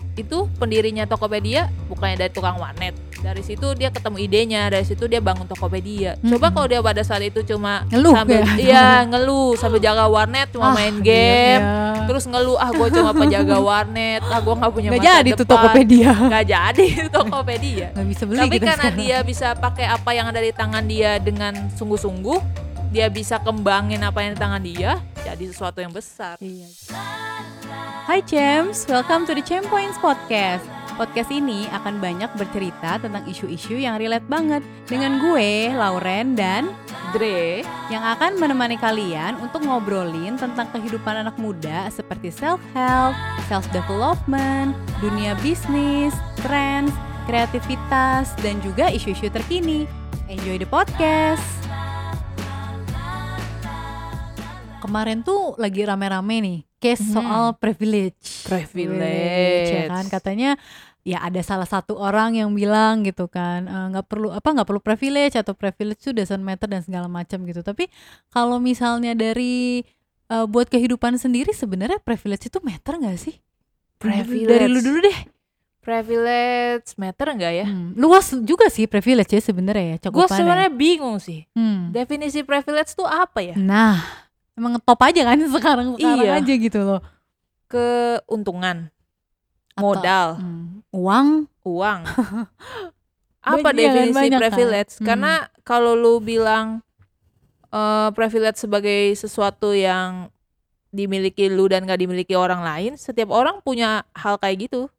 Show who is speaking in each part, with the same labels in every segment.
Speaker 1: itu pendirinya Tokopedia bukannya dari tukang warnet. Dari situ dia ketemu idenya, dari situ dia bangun Tokopedia. Coba kalau dia pada saat itu cuma
Speaker 2: ngeluh
Speaker 1: sambil ngeluh sambil jaga warnet, cuma main game, terus ngeluh gue cuma penjaga warnet, gue nggak punya masa depan.
Speaker 2: Gak jadi tuh Tokopedia.
Speaker 1: Gak jadi Tokopedia.
Speaker 2: Gak bisa beli.
Speaker 1: Tapi
Speaker 2: gitu
Speaker 1: karena
Speaker 2: sekarang.
Speaker 1: dia bisa pakai apa yang ada di tangan dia dengan sungguh-sungguh, dia bisa kembangin apa yang di tangan dia, jadi sesuatu yang besar.
Speaker 2: Iya. Hai Champs, welcome to the Champ Points Podcast. Podcast ini akan banyak bercerita tentang isu-isu yang relate banget dengan gue, Lauren dan
Speaker 1: Dre,
Speaker 2: yang akan menemani kalian untuk ngobrolin tentang kehidupan anak muda seperti self-help, self-development, dunia bisnis, trends, kreativitas, dan juga isu-isu terkini. Enjoy the podcast! Kemarin tuh lagi rame-rame nih case soal privilege ya kan, katanya ya ada salah satu orang yang bilang gitu kan nggak perlu privilege atau privilege itu doesn't matter dan segala macam gitu. Tapi kalau misalnya dari buat kehidupan sendiri sebenarnya privilege itu matter nggak sih? Dari lu dulu deh.
Speaker 1: Privilege matter nggak ya?
Speaker 2: Luas juga sih privilege ya sebenarnya ya.
Speaker 1: Gue sebenarnya bingung sih. Definisi privilege tuh apa ya?
Speaker 2: Nah, emang ngetop aja kan sekarang aja gitu loh.
Speaker 1: Keuntungan, modal,
Speaker 2: uang.
Speaker 1: Apa definisi privilege? Kan? Karena kalau lu bilang privilege sebagai sesuatu yang dimiliki lu dan gak dimiliki orang lain, setiap orang punya hal kayak gitu.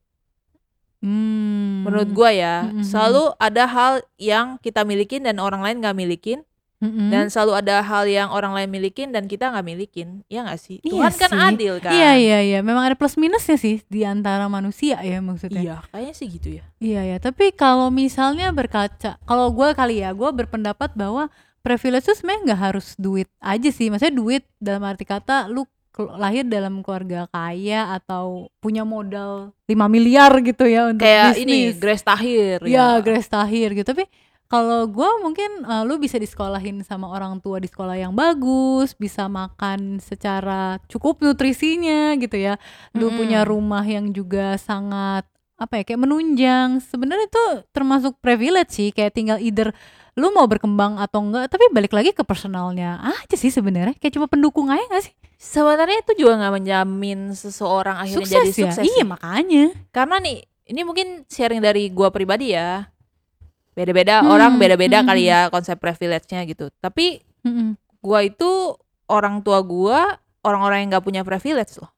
Speaker 1: Menurut gua ya, selalu ada hal yang kita milikin dan orang lain gak milikin. Dan selalu ada hal yang orang lain milikin dan kita nggak milikin, ya nggak sih? Tuhan kan adil kan?
Speaker 2: Iya. Memang ada plus minusnya sih di antara manusia ya maksudnya.
Speaker 1: Iya, kayaknya sih gitu ya.
Speaker 2: Iya. Tapi kalau misalnya berkaca, kalau gue berpendapat bahwa privilege itu sebenarnya nggak harus duit aja sih. Maksudnya duit dalam arti kata lu lahir dalam keluarga kaya atau punya modal 5 miliar gitu ya untuk
Speaker 1: kayak
Speaker 2: bisnis.
Speaker 1: Ini Grace Tahir
Speaker 2: ya. Grace Tahir gitu. Tapi kalau gue mungkin lu bisa disekolahin sama orang tua di sekolah yang bagus, bisa makan secara cukup nutrisinya gitu ya. Lu punya rumah yang juga sangat kayak menunjang. Sebenarnya itu termasuk privilege sih, kayak tinggal either lu mau berkembang atau enggak, tapi balik lagi ke personalnya aja sih sebenarnya. Kayak cuma pendukung aja gak sih?
Speaker 1: Sebenarnya itu juga nggak menjamin seseorang akhirnya
Speaker 2: sukses
Speaker 1: jadi sukses.
Speaker 2: Iya makanya.
Speaker 1: Karena nih, ini mungkin sharing dari gue pribadi ya. Beda-beda orang beda-beda kali ya konsep privilege-nya gitu. Tapi gua itu orang tua gua orang-orang yang nggak punya privilege loh.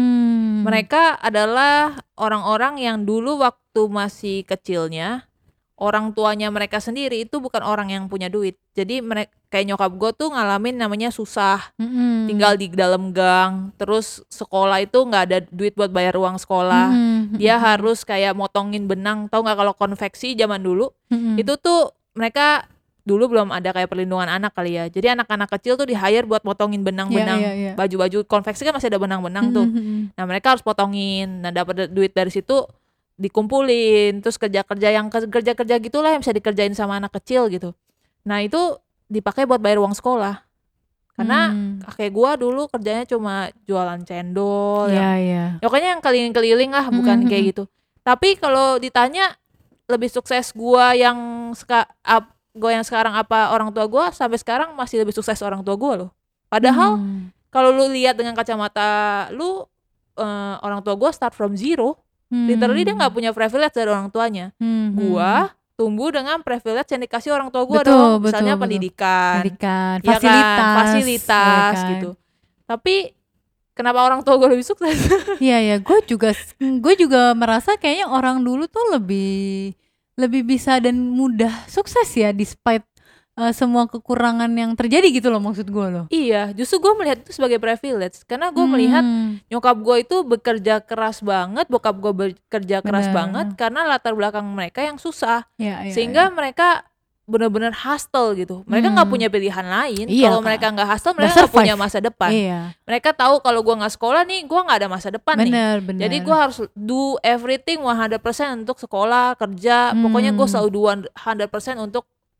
Speaker 1: Mereka adalah orang-orang yang dulu waktu masih kecilnya orang tuanya mereka sendiri itu bukan orang yang punya duit. Jadi mereka kayak nyokap gua tuh ngalamin namanya susah, tinggal di dalam gang, terus sekolah itu nggak ada duit buat bayar uang sekolah. Dia harus kayak motongin benang, tau nggak kalau konveksi zaman dulu itu tuh mereka dulu belum ada kayak perlindungan anak kali ya. Jadi anak-anak kecil tuh di-hire buat motongin benang-benang, baju-baju konveksi kan masih ada benang-benang tuh. Nah mereka harus potongin, nah dapat duit dari situ dikumpulin, terus kerja-kerja gitulah yang bisa dikerjain sama anak kecil gitu. Nah itu dipakai buat bayar uang sekolah. Karena kakek gua dulu kerjanya cuma jualan cendol, pokoknya yang keliling-keliling lah, bukan kayak gitu. Tapi kalau ditanya lebih sukses gua yang sekarang apa orang tua gua, sampai sekarang masih lebih sukses orang tua gua loh. Padahal kalau lu lihat dengan kacamata lu, orang tua gua start from zero. Literally dia nggak punya privilege dari orang tuanya. Gua tumbuh dengan privilege yang dikasih orang tua gue dong, misalnya pendidikan, fasilitas gitu. Tapi kenapa orang tua gue lebih sukses?
Speaker 2: Iya, gue juga merasa kayaknya orang dulu tuh lebih bisa dan mudah sukses ya, despite semua kekurangan yang terjadi gitu loh, maksud gue loh.
Speaker 1: Iya, justru gue melihat itu sebagai privilege karena gue melihat nyokap gue itu bekerja keras banget, bokap gue bekerja keras banget karena latar belakang mereka yang susah, sehingga mereka benar-benar hustle gitu. Mereka nggak punya pilihan lain. Kalau mereka nggak hustle, mereka nggak punya masa depan. Mereka tahu kalau gue nggak sekolah nih, gue nggak ada masa depan nih. Jadi gue harus do everything 100% untuk sekolah, kerja. Pokoknya gue selalu do 100% untuk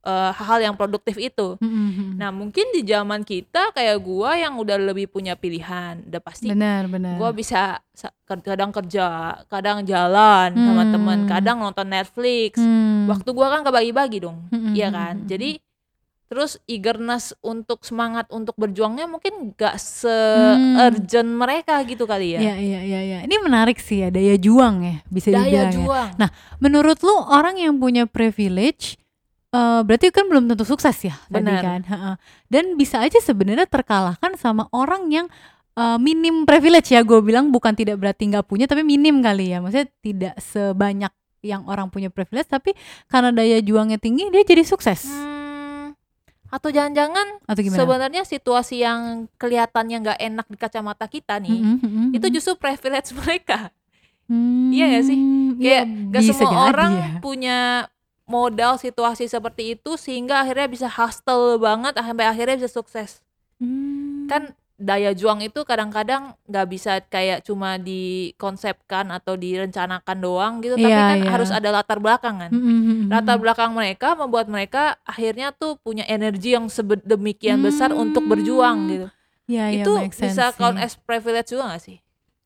Speaker 1: hal-hal yang produktif itu. Nah mungkin di zaman kita kayak gua yang udah lebih punya pilihan, udah pasti
Speaker 2: Benar.
Speaker 1: gua bisa kadang kerja, kadang jalan sama teman, kadang nonton Netflix. Waktu gua kan kebagi-bagi dong, iya kan. Jadi terus eagerness untuk semangat untuk berjuangnya mungkin gak se-urgent mereka gitu kali ya.
Speaker 2: Iya. Ini menarik sih ya, daya juang ya bisa
Speaker 1: Daya
Speaker 2: dibilang
Speaker 1: juang.
Speaker 2: ya. Nah, menurut lu orang yang punya privilege berarti kan belum tentu sukses ya tadi
Speaker 1: Benar.
Speaker 2: kan. Dan bisa aja sebenarnya terkalahkan sama orang yang minim privilege ya. Gue bilang bukan tidak berarti nggak punya, tapi minim kali ya. Maksudnya tidak sebanyak yang orang punya privilege, tapi karena daya juangnya tinggi dia jadi sukses.
Speaker 1: Atau jangan-jangan
Speaker 2: Atau gimana?
Speaker 1: sebenarnya situasi yang kelihatannya nggak enak di kacamata kita nih, itu justru privilege mereka. Iya gak sih? Kayak gak
Speaker 2: bisa
Speaker 1: semua
Speaker 2: jadi
Speaker 1: orang
Speaker 2: ya.
Speaker 1: punya modal situasi seperti itu sehingga akhirnya bisa hustle banget sampai akhirnya bisa sukses. Kan daya juang itu kadang-kadang gak bisa kayak cuma dikonsepkan atau direncanakan doang gitu, tapi
Speaker 2: Iya,
Speaker 1: kan
Speaker 2: iya.
Speaker 1: harus ada latar belakang kan. Latar belakang mereka membuat mereka akhirnya tuh punya energi yang sedemikian besar untuk berjuang gitu.
Speaker 2: Iya,
Speaker 1: Itu
Speaker 2: make sense
Speaker 1: bisa count
Speaker 2: sih.
Speaker 1: as privilege juga gak sih?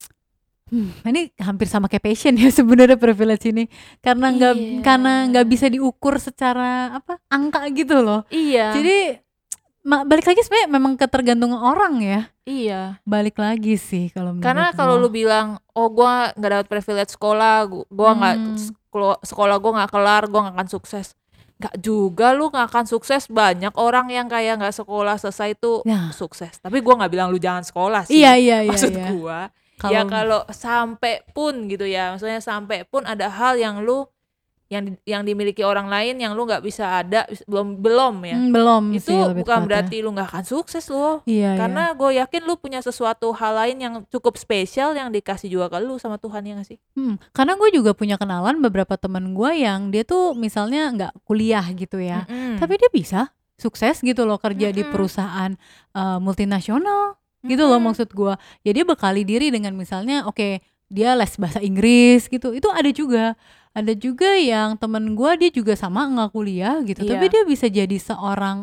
Speaker 2: Ini hampir sama kayak passion ya sebenarnya privilege ini, karena nggak bisa diukur secara angka gitu loh.
Speaker 1: Iya.
Speaker 2: Jadi balik lagi sebenarnya memang ketergantungan orang ya.
Speaker 1: Iya.
Speaker 2: Balik lagi sih kalau menurut
Speaker 1: Karena kalau lu bilang, oh gua nggak dapat privilege sekolah, gua nggak sekolah gua nggak kelar, gua nggak akan sukses. Nggak juga, lu nggak akan sukses. Banyak orang yang kayak nggak sekolah selesai itu sukses. Tapi gua nggak bilang lu jangan sekolah sih.
Speaker 2: Iya.
Speaker 1: Maksud gua. Ya kalau sampai pun gitu ya, maksudnya sampai pun ada hal yang lu yang dimiliki orang lain yang lu nggak bisa ada, belum ya.
Speaker 2: Belum
Speaker 1: itu
Speaker 2: sih,
Speaker 1: bukan berarti lu nggak akan sukses loh. Karena gue yakin lu punya sesuatu hal lain yang cukup spesial yang dikasih juga ke lu sama Tuhan, ya nggak sih?
Speaker 2: Karena gue juga punya kenalan beberapa temen gue yang dia tuh misalnya nggak kuliah gitu ya, tapi dia bisa sukses gitu loh kerja di perusahaan multinasional gitu loh, maksud gue. Ya dia bekali diri dengan misalnya dia les bahasa Inggris gitu, itu ada juga yang temen gue dia juga sama nggak kuliah gitu, tapi dia bisa jadi seorang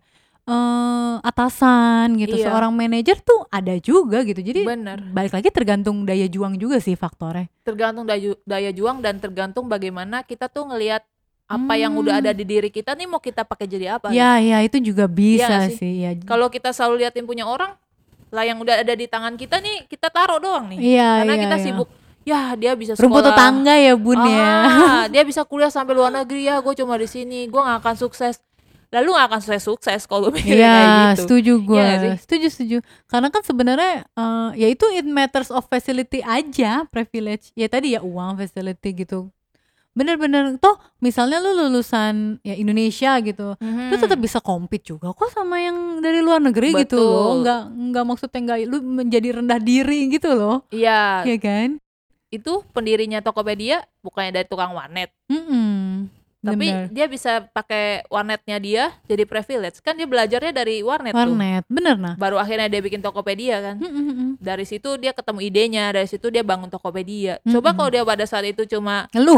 Speaker 2: atasan gitu, seorang manajer tuh ada juga gitu. Jadi balik lagi tergantung daya juang juga sih faktornya.
Speaker 1: Tergantung daya juang dan tergantung bagaimana kita tuh ngelihat apa yang udah ada di diri kita nih mau kita pakai jadi apa.
Speaker 2: Ya itu juga bisa sih ya.
Speaker 1: Kalau kita selalu liatin punya orang lah yang udah ada di tangan kita nih, kita taruh doang nih. Karena kita sibuk, ya dia bisa sekolah
Speaker 2: rumput tetangga ya bun ya.
Speaker 1: Dia bisa kuliah sampai luar negeri, ya gue cuma di sini, gue gak akan sukses. Lalu gak akan sukses kalau mikir kayak gitu.
Speaker 2: Setuju gue. Setuju. Karena kan sebenarnya ya itu it matters of facility aja, privilege. Ya tadi ya uang, facility gitu. Bener-bener toh misalnya lu lulusan ya Indonesia gitu, lu tetap bisa compete juga kok sama yang dari luar negeri. Betul. Gitu loh. Nggak maksudnya nggak lu menjadi rendah diri gitu loh.
Speaker 1: Iya.
Speaker 2: Iya kan?
Speaker 1: Itu pendirinya Tokopedia bukannya dari tukang warnet. Tapi dia bisa pakai warnetnya dia jadi privilege. Kan dia belajarnya dari warnet tuh.
Speaker 2: Bener nah.
Speaker 1: Baru akhirnya dia bikin Tokopedia kan. Dari situ dia ketemu idenya, dari situ dia bangun Tokopedia. Coba kalau dia pada saat itu cuma
Speaker 2: ngeluh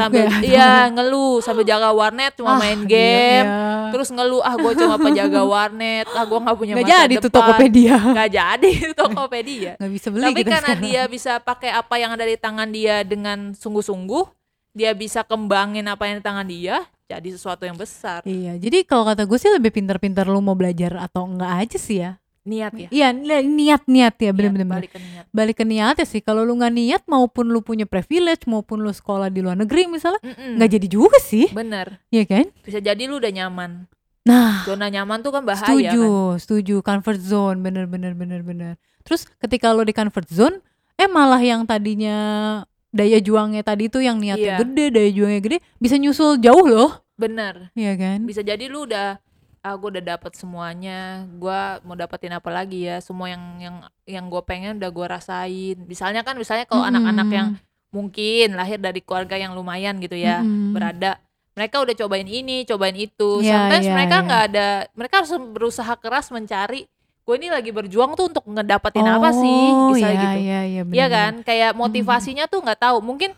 Speaker 1: ngeluh sambil jaga warnet, cuma main game, terus ngeluh, gue cuma penjaga warnet, gue gak punya masa depan.
Speaker 2: Gak jadi tuh Tokopedia.
Speaker 1: Gak jadi Tokopedia.
Speaker 2: Gak bisa beli.
Speaker 1: Tapi karena dia bisa pakai apa yang ada di tangan dia dengan sungguh-sungguh, dia bisa kembangin apa yang di tangan dia jadi sesuatu yang besar.
Speaker 2: Iya, jadi kalau kata gue sih lebih pintar-pintar lu mau belajar atau enggak aja sih ya.
Speaker 1: Niat ya.
Speaker 2: Iya, niat ya, bener-bener.
Speaker 1: Balik
Speaker 2: ke niat ya sih. Kalau lu nggak niat, maupun lu punya privilege, maupun lu sekolah di luar negeri misalnya, nggak jadi juga sih.
Speaker 1: Bener.
Speaker 2: Iya kan?
Speaker 1: Bisa jadi lu udah nyaman.
Speaker 2: Nah,
Speaker 1: zona nyaman tuh kan bahaya.
Speaker 2: Setuju. Comfort zone, bener. Terus ketika lu di comfort zone, malah yang tadinya daya juangnya tadi tuh yang niatnya gede, daya juangnya gede, bisa nyusul jauh loh.
Speaker 1: Bener.
Speaker 2: Iya kan?
Speaker 1: Bisa jadi lu udah gue udah dapet semuanya, gue mau dapetin apa lagi ya, semua yang gue pengen udah gue rasain. Misalnya kalau anak-anak yang mungkin lahir dari keluarga yang lumayan gitu ya, berada, mereka udah cobain ini, cobain itu. Sometimes mereka nggak ada, mereka harus berusaha keras mencari, gue ini lagi berjuang tuh untuk ngedapetin apa sih, misalnya gitu. Iya kan, kayak motivasinya tuh nggak tahu. Mungkin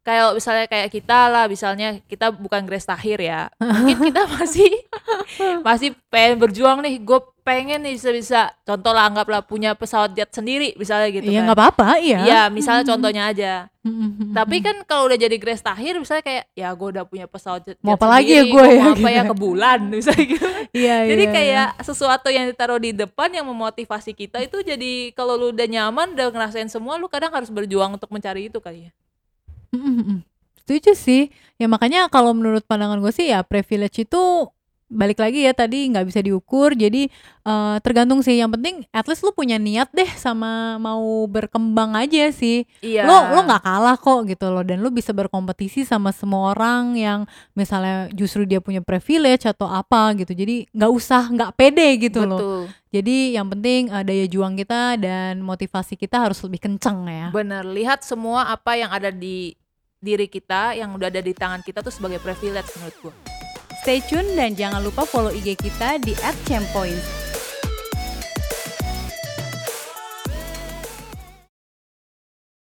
Speaker 1: kayak misalnya kayak kita lah, misalnya kita bukan Grace Tahir ya, mungkin kita masih pengen berjuang nih, gue pengen nih bisa contoh lah, anggaplah punya pesawat jet sendiri misalnya gitu
Speaker 2: Iya
Speaker 1: kan.
Speaker 2: nggak apa-apa, iya.
Speaker 1: Iya misalnya contohnya aja. Tapi kan kalau udah jadi Grace Tahir misalnya kayak ya gue udah punya pesawat jet
Speaker 2: Mau apa
Speaker 1: sendiri,
Speaker 2: lagi ya gue ya,
Speaker 1: mau apa
Speaker 2: gitu.
Speaker 1: ya ke bulan misalnya gitu.
Speaker 2: Iya,
Speaker 1: Jadi
Speaker 2: iya,
Speaker 1: kayak sesuatu yang ditaruh di depan yang memotivasi kita itu, jadi kalau lu udah nyaman, udah ngerasain semua, lu kadang harus berjuang untuk mencari itu kali ya.
Speaker 2: Setuju sih. Ya makanya kalau menurut pandangan gue sih ya privilege itu balik lagi ya tadi nggak bisa diukur. Jadi tergantung sih. Yang penting at least lu punya niat deh sama mau berkembang aja sih.
Speaker 1: Iya.
Speaker 2: Lo nggak kalah kok gitu loh, dan lu bisa berkompetisi sama semua orang yang misalnya justru dia punya privilege atau apa gitu. Jadi nggak pede gitu loh.
Speaker 1: Betul.
Speaker 2: Jadi yang penting daya juang kita dan motivasi kita harus lebih kenceng ya.
Speaker 1: Bener, lihat semua apa yang ada di diri kita, yang udah ada di tangan kita tuh sebagai privilege menurut gue.
Speaker 2: Stay tune dan jangan lupa follow IG kita di @champoints.